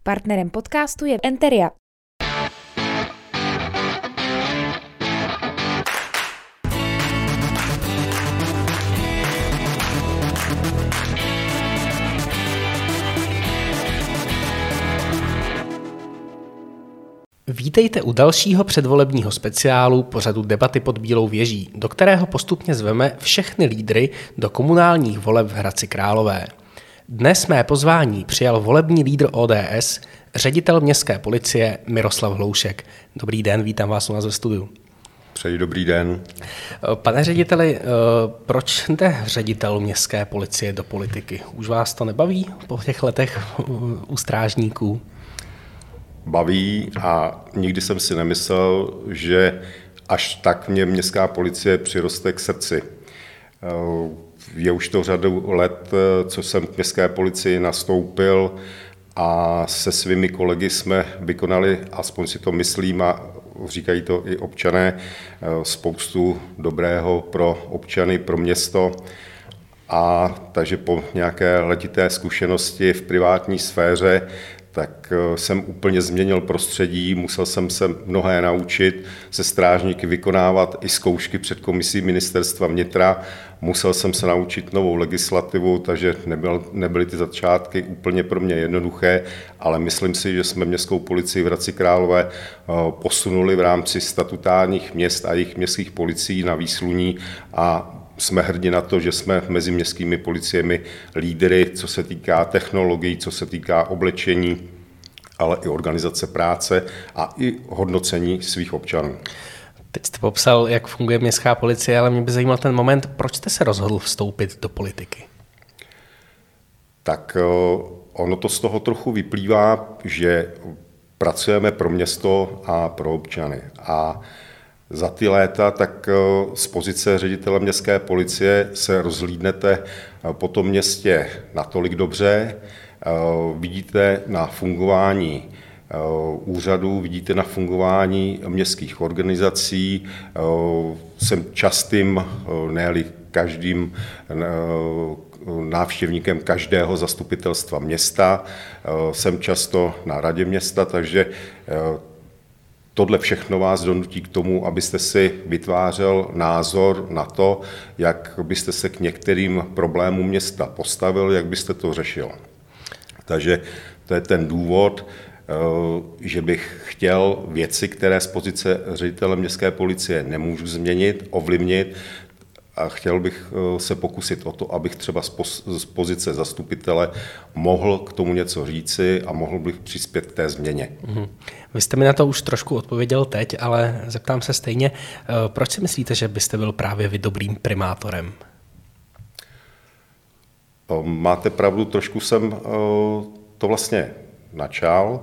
Partnerem podcastu je Enteria. Vítejte u dalšího předvolebního speciálu pořadu Debaty pod Bílou věží, do kterého postupně zveme všechny lídry do komunálních voleb v Hradci Králové. Dnes mé pozvání přijal volební lídr ODS, ředitel městské policie Miroslav Hloušek. Dobrý den, vítám vás u nás ve studiu. Přeji dobrý den. Pane řediteli, proč jde ředitel městské policie do politiky? Už vás to nebaví po těch letech u strážníků? Baví a nikdy jsem si nemyslel, že až tak mě městská policie přiroste k srdci. Je už to řadu let, co jsem k městské policii nastoupil a se svými kolegy jsme vykonali, aspoň si to myslím a říkají to i občané, spoustu dobrého pro občany, pro město. A takže po nějaké letité zkušenosti v privátní sféře tak jsem úplně změnil prostředí, musel jsem se mnohé naučit, se strážníky vykonávat i zkoušky před komisí ministerstva vnitra, musel jsem se naučit novou legislativu, takže nebyly ty začátky úplně pro mě jednoduché, ale myslím si, že jsme městskou policii v Hradci Králové posunuli v rámci statutárních měst a jejich městských policií na výsluní a jsme hrdí na to, že jsme mezi městskými policiemi lídry, co se týká technologií, co se týká oblečení, ale i organizace práce a i hodnocení svých občanů. Teď jste popsal, jak funguje městská policie, ale mě by zajímal ten moment, proč jste se rozhodl vstoupit do politiky? Tak ono to z toho trochu vyplývá, že pracujeme pro město a pro občany. A za ty léta tak z pozice ředitele městské policie se rozhlídnete po tom městě natolik dobře, vidíte na fungování úřadů, vidíte na fungování městských organizací, jsem častým, ne-li každým návštěvníkem každého zastupitelstva města, jsem často na radě města, takže tohle všechno vás donutí k tomu, abyste si vytvářel názor na to, jak byste se k některým problémům města postavil, jak byste to řešil. Takže to je ten důvod, že bych chtěl věci, které z pozice ředitele městské policie nemůžu změnit, ovlivnit, a chtěl bych se pokusit o to, abych třeba z pozice zastupitele mohl k tomu něco říci a mohl bych přispět k té změně. Vy jste mi na to už trošku odpověděl teď, ale zeptám se stejně, proč si myslíte, že byste byl právě vy dobrým primátorem? Máte pravdu, trošku jsem to vlastně načal.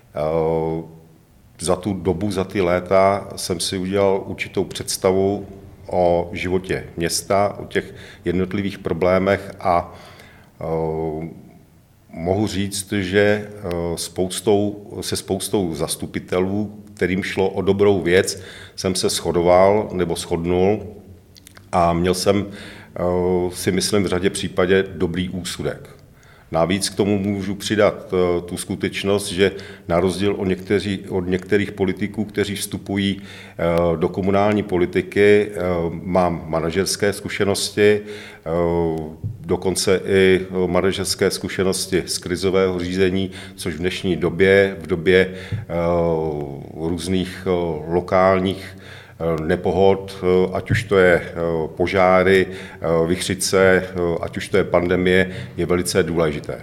Za tu dobu, za ty léta jsem si udělal určitou představu o životě města, o těch jednotlivých problémech a mohu říct, že se spoustou zastupitelů, kterým šlo o dobrou věc, jsem se shodnul a měl jsem, si myslím, v řadě případě dobrý úsudek. Navíc k tomu můžu přidat tu skutečnost, že na rozdíl od některých politiků, kteří vstupují do komunální politiky, mám manažerské zkušenosti, dokonce i manažerské zkušenosti z krizového řízení, což v dnešní době, v době různých lokálních nepohod, ať už to je požáry, vichřice, ať už to je pandemie, je velice důležité.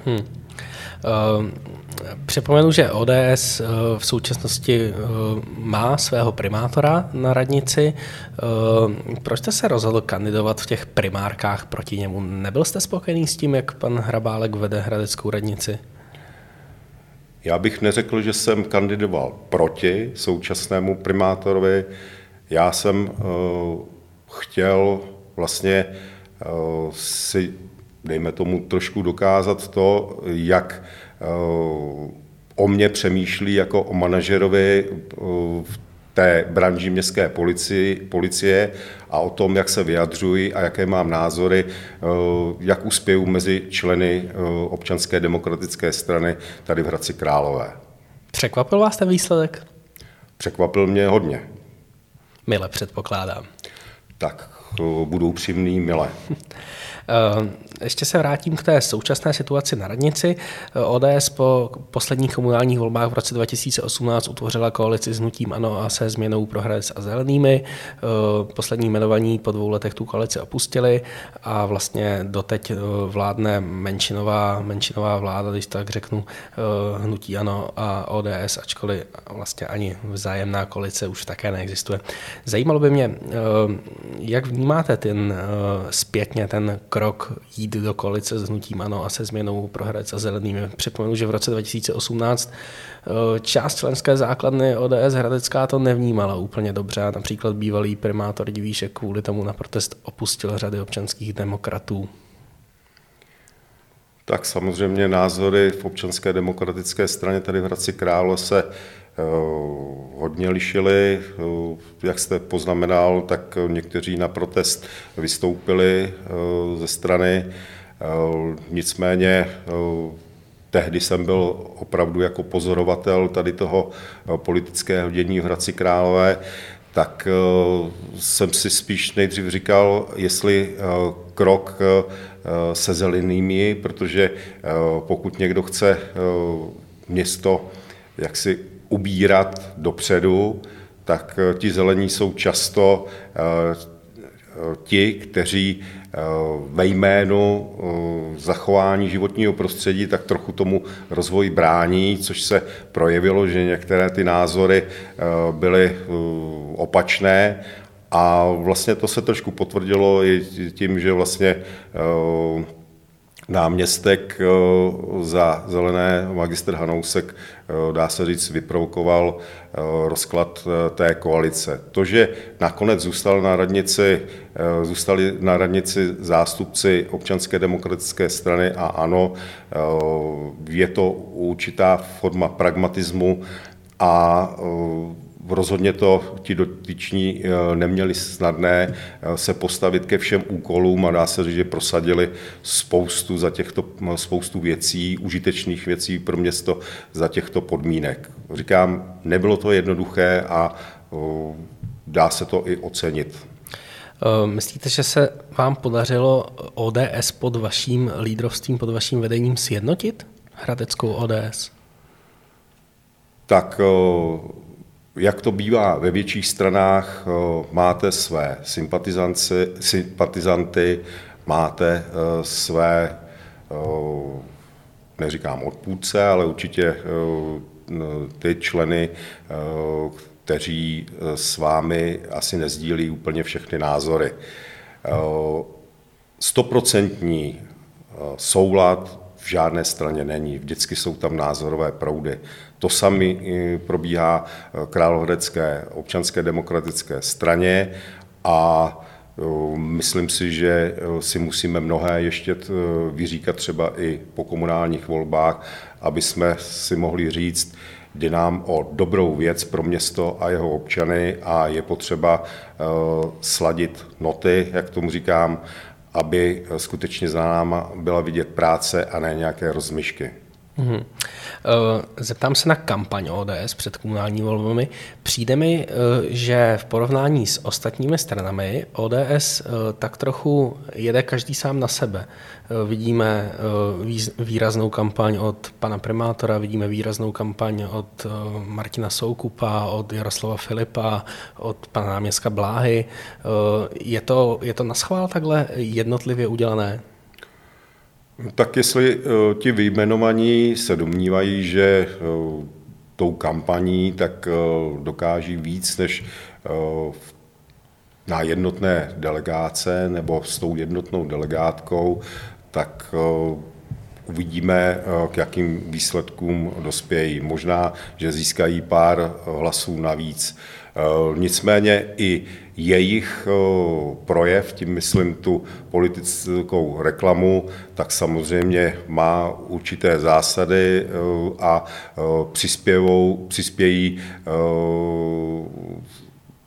Připomenu, že ODS v současnosti má svého primátora na radnici. Proč jste se rozhodl kandidovat v těch primárkách proti němu? Nebyl jste spokojený s tím, jak pan Hrabálek vede hradeckou radnici? Já bych neřekl, že jsem kandidoval proti současnému primátorovi. Já jsem chtěl vlastně si, dejme tomu, trošku dokázat to, jak o mě přemýšlí jako o manažerovi v té branži městské policie a o tom, jak se vyjadřuji a jaké mám názory, jak uspěju mezi členy Občanské demokratické strany tady v Hradci Králové. Překvapil vás ten výsledek? Překvapil mě hodně. Mile, předpokládám. Tak, budu upřímný, mile. Ještě se vrátím k té současné situaci na radnici. ODS po posledních komunálních volbách v roce 2018 utvořila koalici s hnutím ANO a se Změnou pro Hradec a Zelenými. Poslední jmenovaní po 2 letech tu koalici opustili a vlastně doteď vládne menšinová vláda, když tak řeknu, hnutí ANO a ODS, ačkoliv vlastně ani vzájemná koalice už také neexistuje. Zajímalo by mě, jak vnímáte zpětně ten krok jít do koalice s hnutím ANO a se Změnou pro Hradec a Zelenými. Připomenu, že v roce 2018 část členské základny ODS Hradecká to nevnímala úplně dobře. Například bývalý primátor Divíšek kvůli tomu na protest opustil řady občanských demokratů. Tak samozřejmě názory v Občanské demokratické straně tady v Hradci Králové se hodně lišily. Jak jste poznamenal, tak někteří na protest vystoupili ze strany. Nicméně tehdy jsem byl opravdu jako pozorovatel tady toho politického dění v Hradci Králové, tak jsem si spíš nejdřív říkal, jestli krok se Zelenými, protože pokud někdo chce město jaksi ubírat dopředu, tak ti zelení jsou často ti, kteří ve jménu zachování životního prostředí tak trochu tomu rozvoji brání, což se projevilo, že některé ty názory byly opačné a vlastně to se trošku potvrdilo i tím, že vlastně náměstek za Zelené, magistr Hanousek, dá se říct, vyprovokoval rozklad té koalice. To, že nakonec zůstali na radnici zástupci Občanské demokratické strany a ANO, je to určitá forma pragmatismu a rozhodně to ti dotyční neměli snadné se postavit ke všem úkolům a dá se říct, že prosadili spoustu věcí, užitečných věcí pro město za těchto podmínek. Říkám, nebylo to jednoduché a dá se to i ocenit. Myslíte, že se vám podařilo ODS pod vaším lídrovstvím, pod vaším vedením sjednotit? Hradeckou ODS? Tak jak to bývá ve větších stranách, máte své sympatizanty, máte své, neříkám odpůrce, ale určitě ty členy, kteří s vámi asi nezdílí úplně všechny názory. 100% soulad v žádné straně není, vždycky jsou tam názorové proudy. To samé probíhá Královéhradecké občanské demokratické straně a myslím si, že si musíme mnohé ještě vyříkat třeba i po komunálních volbách, aby jsme si mohli říct, jde nám o dobrou věc pro město a jeho občany a je potřeba sladit noty, jak tomu říkám, aby skutečně za náma byla vidět práce a ne nějaké rozmyšky. Zeptám se na kampaň ODS před komunální volbami. Přijde mi, že v porovnání s ostatními stranami ODS tak trochu jede každý sám na sebe. Vidíme výraznou kampaň od pana primátora, vidíme výraznou kampaň od Martina Soukupa, od Jaroslava Filipa, od pana náměstka Bláhy. Je to naschvál takhle jednotlivě udělané? Tak jestli ti vyjmenovaní se domnívají, že tou kampaní tak dokáží víc než na jednotné delegáce nebo s tou jednotnou delegátkou, tak uvidíme, k jakým výsledkům dospějí. Možná, že získají pár hlasů navíc. Nicméně i jejich projev, tím myslím tu politickou reklamu, tak samozřejmě má určité zásady a přispějí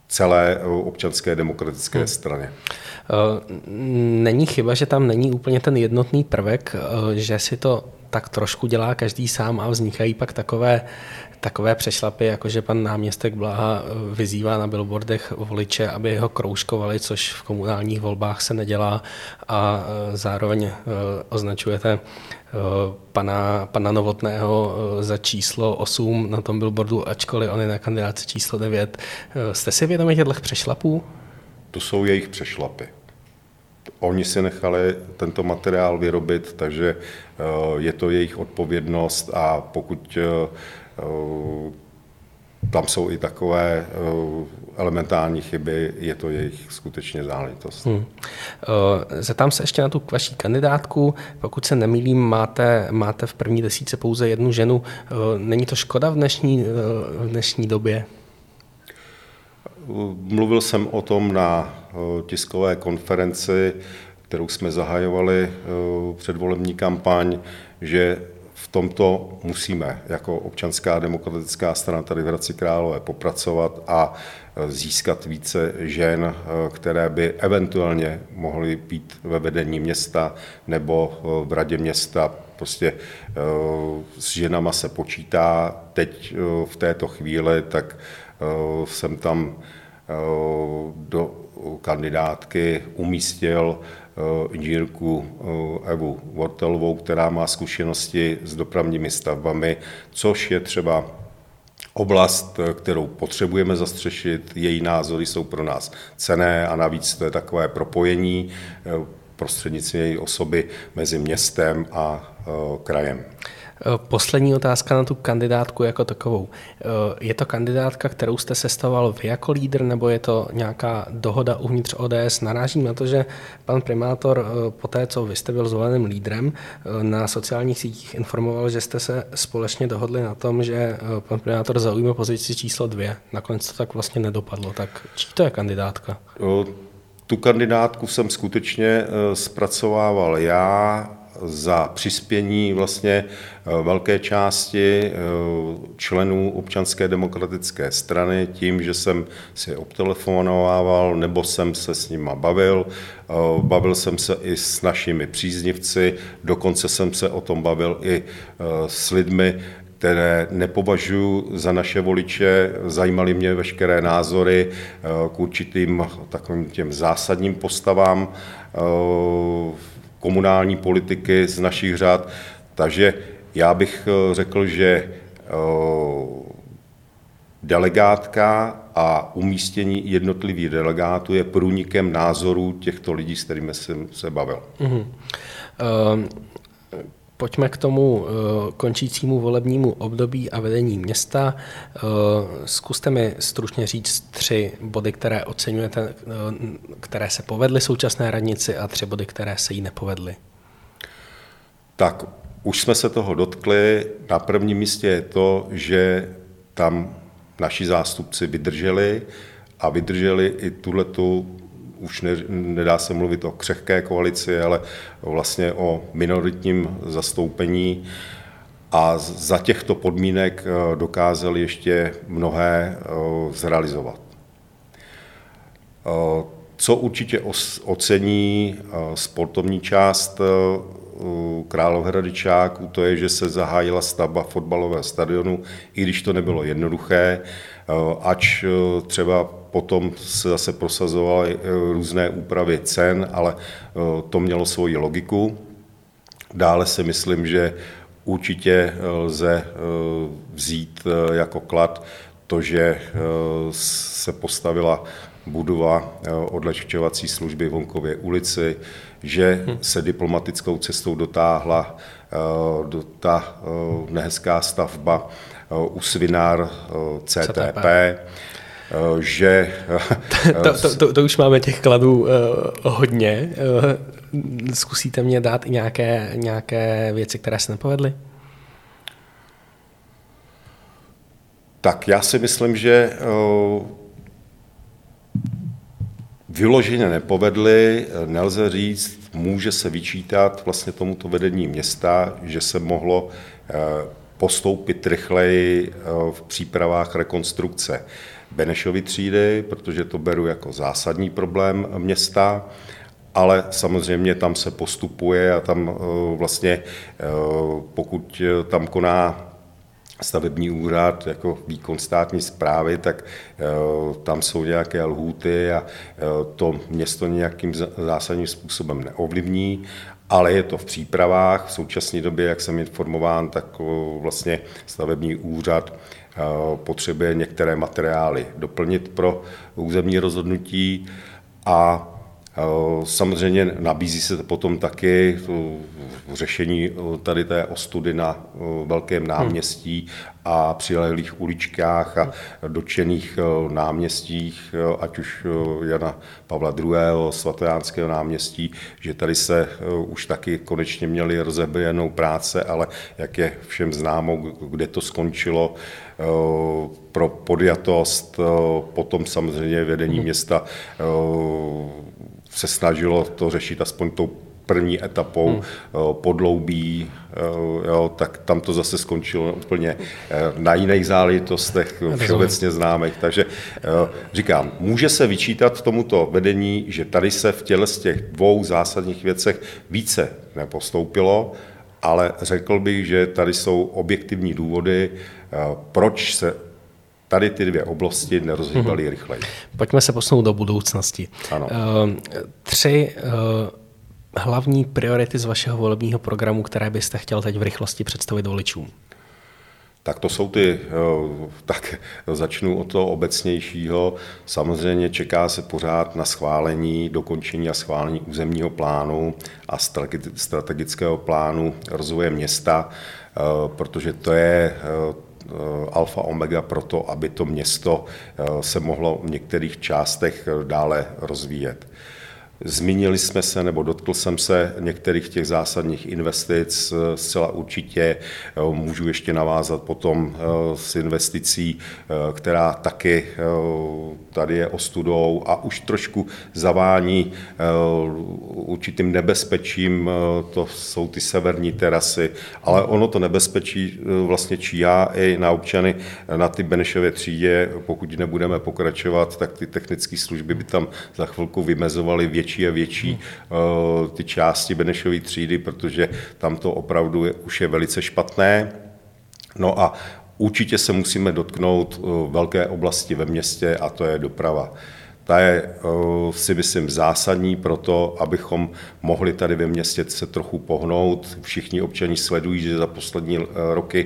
celé Občanské demokratické straně. Není chyba, že tam není úplně ten jednotný prvek, že si to tak trošku dělá každý sám a vznikají pak takové přešlapy, jako že pan náměstek Blaha vyzývá na billboardech voliče, aby ho kroužkovali, což v komunálních volbách se nedělá, a zároveň označujete pana Novotného za číslo 8 na tom billboardu, ačkoliv on je na kandidáce číslo 9. Jste si vědomi těchto přešlapů? To jsou jejich přešlapy. Oni si nechali tento materiál vyrobit, takže je to jejich odpovědnost, a pokud tam jsou i takové elementární chyby, je to jejich skutečně záležitost. Zeptám se ještě na tu vaši kandidátku. Pokud se nemýlím, máte v první desítce pouze jednu ženu. Není to škoda v dnešní době? Mluvil jsem o tom na tiskové konferenci, kterou jsme zahajovali předvolební kampaň, že v tomto musíme jako Občanská demokratická strana tady v Hradci Králové popracovat a získat více žen, které by eventuálně mohly být ve vedení města nebo v radě města. Prostě s ženama se počítá. Teď v této chvíli tak jsem tam do kandidátky umístil inženýrku Evu Vortelovou, která má zkušenosti s dopravními stavbami, což je třeba oblast, kterou potřebujeme zastřešit. Její názory jsou pro nás cenné a navíc to je takové propojení prostřednictvím její osoby mezi městem a krajem. Poslední otázka na tu kandidátku jako takovou. Je to kandidátka, kterou jste sestavoval vy jako lídr, nebo je to nějaká dohoda uvnitř ODS? Narážím na to, že pan primátor poté, co vy jste byl zvoleným lídrem, na sociálních sítích informoval, že jste se společně dohodli na tom, že pan primátor zaujme pozici číslo 2. Nakonec to tak vlastně nedopadlo. Tak čí to je kandidátka? Tu kandidátku jsem skutečně zpracovával já za přispění vlastně velké části členů Občanské demokratické strany tím, že jsem si obtelefonovával nebo jsem se s nima bavil. Bavil jsem se i s našimi příznivci, dokonce jsem se o tom bavil i s lidmi, které nepovažuji za naše voliče, zajímaly mě veškeré názory k určitým takovým těm zásadním postavám komunální politiky z našich řad. Takže já bych řekl, že delegátka a umístění jednotlivých delegátů je průnikem názorů těchto lidí, s kterými jsem se bavil. Pojďme k tomu končícímu volebnímu období a vedení města. Zkuste mi stručně říct 3 body, které oceňujete, které se povedly současné radnici, a 3 body, které se jí nepovedly. Tak už jsme se toho dotkli. Na prvním místě je to, že tam naši zástupci vydrželi i tuhletu, už nedá se mluvit o křehké koalici, ale vlastně o minoritním zastoupení, a za těchto podmínek dokázali ještě mnohé zrealizovat. Co určitě ocení sportovní část Královéhradečáků, to je, že se zahájila stavba fotbalového stadionu, i když to nebylo jednoduché, ač třeba potom se zase prosazovaly různé úpravy cen, ale to mělo svoji logiku. Dále si myslím, že určitě lze vzít jako klad to, že se postavila budova odlehčovací služby v Honkově ulici, že se diplomatickou cestou dotáhla do ta nehezká stavba u Svinár CTP. Že... To už máme těch kladů hodně. Zkusíte mě dát i nějaké věci, které se nepovedly? Tak já si myslím, že vyloženě nepovedly, nelze říct, může se vyčítat vlastně tomuto vedení města, že se mohlo postoupit rychleji v přípravách rekonstrukce Benešovy třídy, protože to beru jako zásadní problém města, ale samozřejmě tam se postupuje a tam vlastně, pokud tam koná stavební úřad jako výkon státní správy, tak tam jsou nějaké lhůty a to město nějakým zásadním způsobem neovlivní, ale je to v přípravách. V současné době, jak jsem informován, tak vlastně stavební úřad potřebuje některé materiály doplnit pro územní rozhodnutí a samozřejmě nabízí se potom taky řešení tady té ostudy na Velkém náměstí a přilehlých uličkách a dotčených náměstích, ať už Jana Pavla II. Svatojánského náměstí, že tady se už taky konečně měli rozeběhnout práce, ale jak je všem známo, kde to skončilo, pro podjatost, potom samozřejmě vedení města se snažilo to řešit aspoň tou první etapou podloubí, tak tam to zase skončilo úplně na jiných záležitostech všeobecně známých. Takže říkám, může se vyčítat tomuto vedení, že tady se v z těch dvou zásadních věcech více nepostoupilo, ale řekl bych, že tady jsou objektivní důvody, proč se tady ty dvě oblasti nerozhýbaly rychleji. Pojďme se posunout do budoucnosti. Ano. 3 hlavní priority z vašeho volebního programu, které byste chtěl teď v rychlosti představit voličům. Tak to jsou tak začnu od toho obecnějšího. Samozřejmě čeká se pořád na dokončení a schválení územního plánu a strategického plánu rozvoje města, protože to je alfa omega pro to, aby to město se mohlo v některých částech dále rozvíjet. Zmínili jsme se, nebo dotkl jsem se některých těch zásadních investic, zcela určitě můžu ještě navázat potom s investicí, která taky tady je ostudou a už trošku zavání určitým nebezpečím, to jsou ty severní terasy, ale ono to nebezpečí vlastně číhá i na občany na ty Benešově třídě, pokud nebudeme pokračovat, tak ty technické služby by tam za chvilku vymezovaly větší a větší ty části Benešovy třídy, protože tam to opravdu už je velice špatné. No a určitě se musíme dotknout velké oblasti ve městě a to je doprava. Ta je, si myslím, zásadní pro to, abychom mohli tady ve městě se trochu pohnout. Všichni občané sledují, že za poslední roky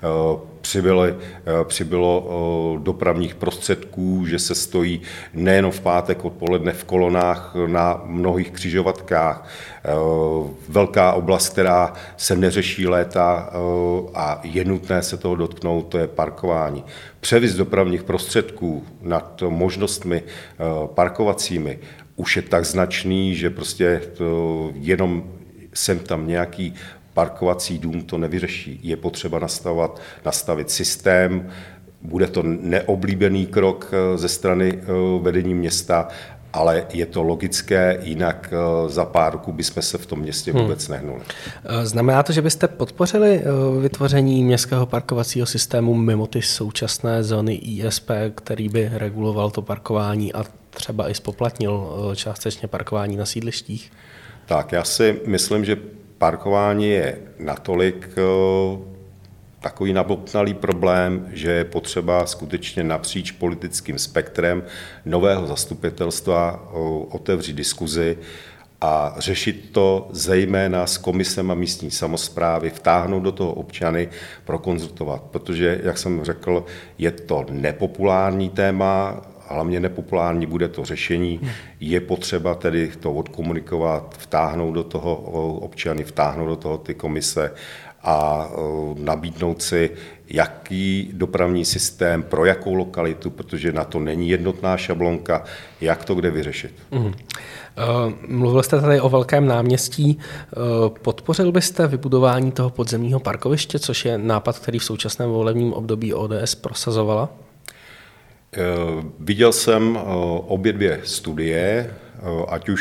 přibylo dopravních prostředků, že se stojí nejen v pátek odpoledne v kolonách na mnohých křižovatkách. Velká oblast, která se neřeší léta a je nutné se toho dotknout, to je parkování. Převis dopravních prostředků nad možnostmi parkovacími už je tak značný, že prostě jenom sem tam nějaký parkovací dům to nevyřeší. Je potřeba nastavit systém, bude to neoblíbený krok ze strany vedení města, ale je to logické, jinak za pár roků bychom se v tom městě vůbec nehnuli. Znamená to, že byste podpořili vytvoření městského parkovacího systému mimo ty současné zóny ISP, který by reguloval to parkování a třeba i zpoplatnil částečně parkování na sídlištích? Tak, já si myslím, že parkování je natolik takový nabobtnalý problém, že je potřeba skutečně napříč politickým spektrem nového zastupitelstva otevřít diskuzi a řešit to zejména s komisem a místní samosprávy, vtáhnout do toho občany, prokonzultovat, protože, jak jsem řekl, je to nepopulární téma, hlavně nepopulární bude to řešení, je potřeba tedy to odkomunikovat, vtáhnout do toho občany, vtáhnout do toho ty komise a nabídnout si, jaký dopravní systém, pro jakou lokalitu, protože na to není jednotná šablonka, jak to kde vyřešit. Mluvil jste tady o Velkém náměstí. Podpořil byste vybudování toho podzemního parkoviště, což je nápad, který v současném volebním období ODS prosazovala? Viděl jsem obě dvě studie, ať už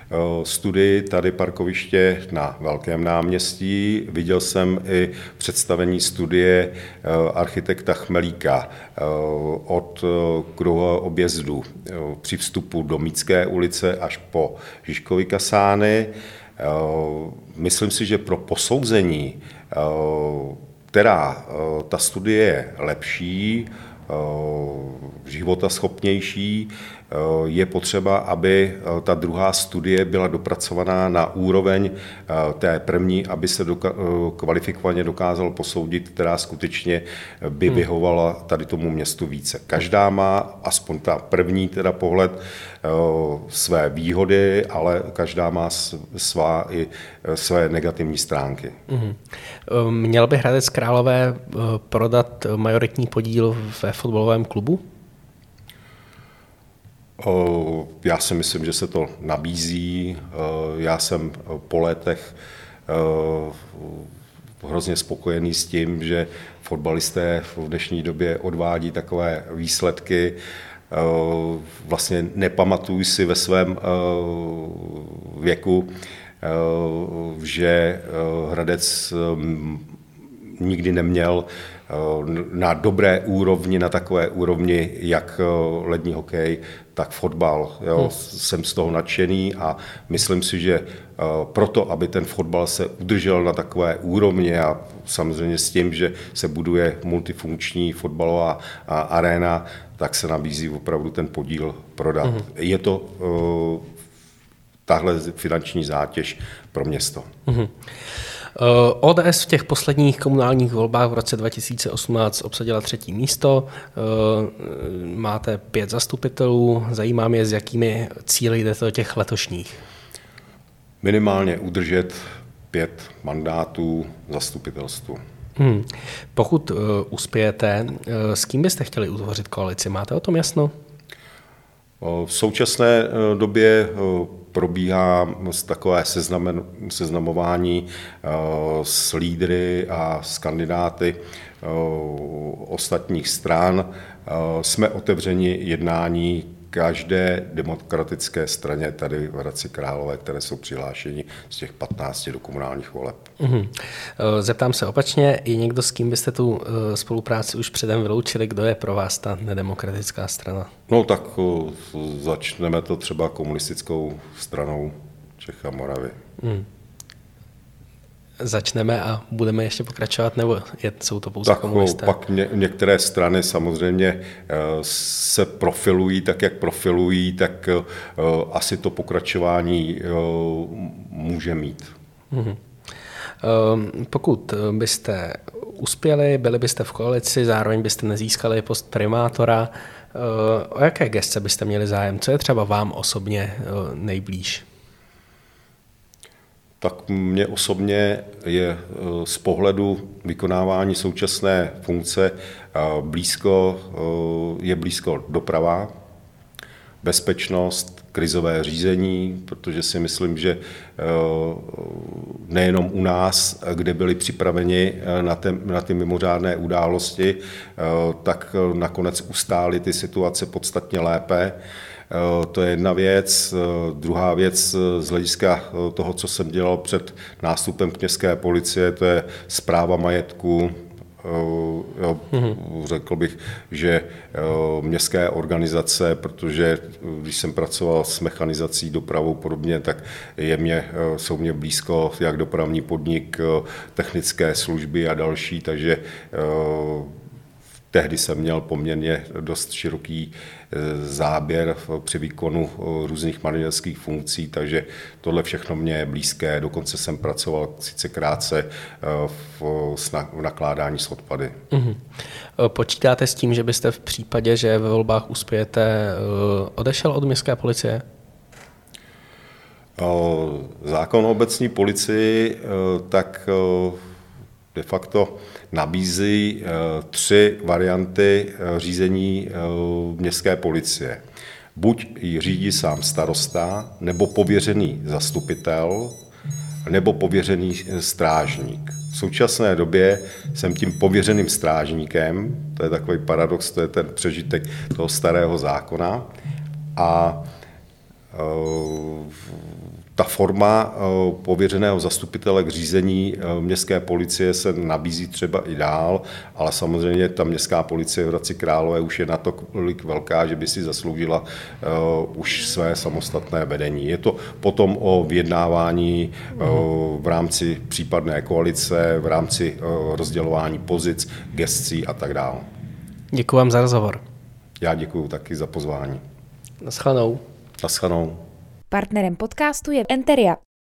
studii tady parkoviště na Velkém náměstí. Viděl jsem i představení studie architekta Chmelíka od kruhového objezdu při vstupu do Mítské ulice až po Žižkovy kasány. Myslím si, že pro posouzení, která ta studie je lepší, životaschopnější, je potřeba, aby ta druhá studie byla dopracovaná na úroveň té první, aby se kvalifikovaně dokázalo posoudit, která skutečně by vyhovala tady tomu městu více. Každá má, aspoň ta první teda pohled, své výhody, ale každá má i své negativní stránky. Měl by Hradec Králové prodat majoritní podíl ve fotbalovém klubu? Já si myslím, že se to nabízí. Já jsem po letech hrozně spokojený s tím, že fotbalisté v dnešní době odvádí takové výsledky. Vlastně nepamatuji si ve svém věku, že Hradec nikdy neměl na dobré úrovni, na takové úrovni, jak lední hokej, tak fotbal. Jsem z toho nadšený a myslím si, že proto, aby ten fotbal se udržel na takové úrovni a samozřejmě s tím, že se buduje multifunkční fotbalová aréna, tak se nabízí opravdu ten podíl prodat. Je to tahle finanční zátěž pro město. ODS v těch posledních komunálních volbách v roce 2018 obsadila 3. místo. Máte 5 zastupitelů. Zajímá mě, s jakými cíli jdete do těch letošních. Minimálně udržet 5 mandátů zastupitelstvu. Pokud uspějete, s kým byste chtěli utvořit koalici? Máte o tom jasno? V současné době probíhá takové seznamování s lídry a s kandidáty ostatních stran. Jsme otevřeni jednání každé demokratické straně tady v Hradci Králové, které jsou přihlášeni z těch 15 do komunálních voleb. Zeptám se opačně, je někdo, s kým byste tu spolupráci už předem vyloučili, kdo je pro vás ta nedemokratická strana? No tak začneme to třeba komunistickou stranou Čech a Moravy. Začneme a budeme ještě pokračovat, nebo jsou to pouze komunisté? Pak některé strany samozřejmě se profilují tak, jak profilují, tak asi to pokračování může mít. Pokud byste uspěli, byli byste v koalici, zároveň byste nezískali post primátora, o jaké gesce byste měli zájem? Co je třeba vám osobně nejblíž? Tak mně osobně je z pohledu vykonávání současné funkce blízko doprava, bezpečnost, krizové řízení, protože si myslím, že nejenom u nás, kde byli připraveni na ty mimořádné události, tak nakonec ustály ty situace podstatně lépe. To je jedna věc. Druhá věc z hlediska toho, co jsem dělal před nástupem k městské policie, to je správa majetku. Řekl bych, že městské organizace, protože když jsem pracoval s mechanizací, dopravou podobně, tak jsou mě blízko jak dopravní podnik, technické služby a další, takže tehdy jsem měl poměrně dost široký záběr při výkonu různých manažerských funkcí, takže tohle všechno mě je blízké. Dokonce jsem pracoval sice krátce v nakládání s odpady. Počítáte s tím, že byste v případě, že ve volbách uspějete, odešel od městské policie? Zákon o obecní policii tak de facto nabízí 3 varianty řízení městské policie. Buď ji řídí sám starosta, nebo pověřený zastupitel, nebo pověřený strážník. V současné době jsem tím pověřeným strážníkem, to je takový paradox, to je ten přežitek toho starého zákona, a Ta forma pověřeného zastupitele k řízení městské policie se nabízí třeba i dál, ale samozřejmě ta městská policie v Hradci Králové už je natolik velká, že by si zasloužila už své samostatné vedení. Je to potom o vyjednávání v rámci případné koalice, v rámci rozdělování pozic, gescí a tak dále. Děkuji vám za rozhovor. Já děkuji taky za pozvání. Naschledanou. Naschledanou. Partnerem podcastu je Enteria.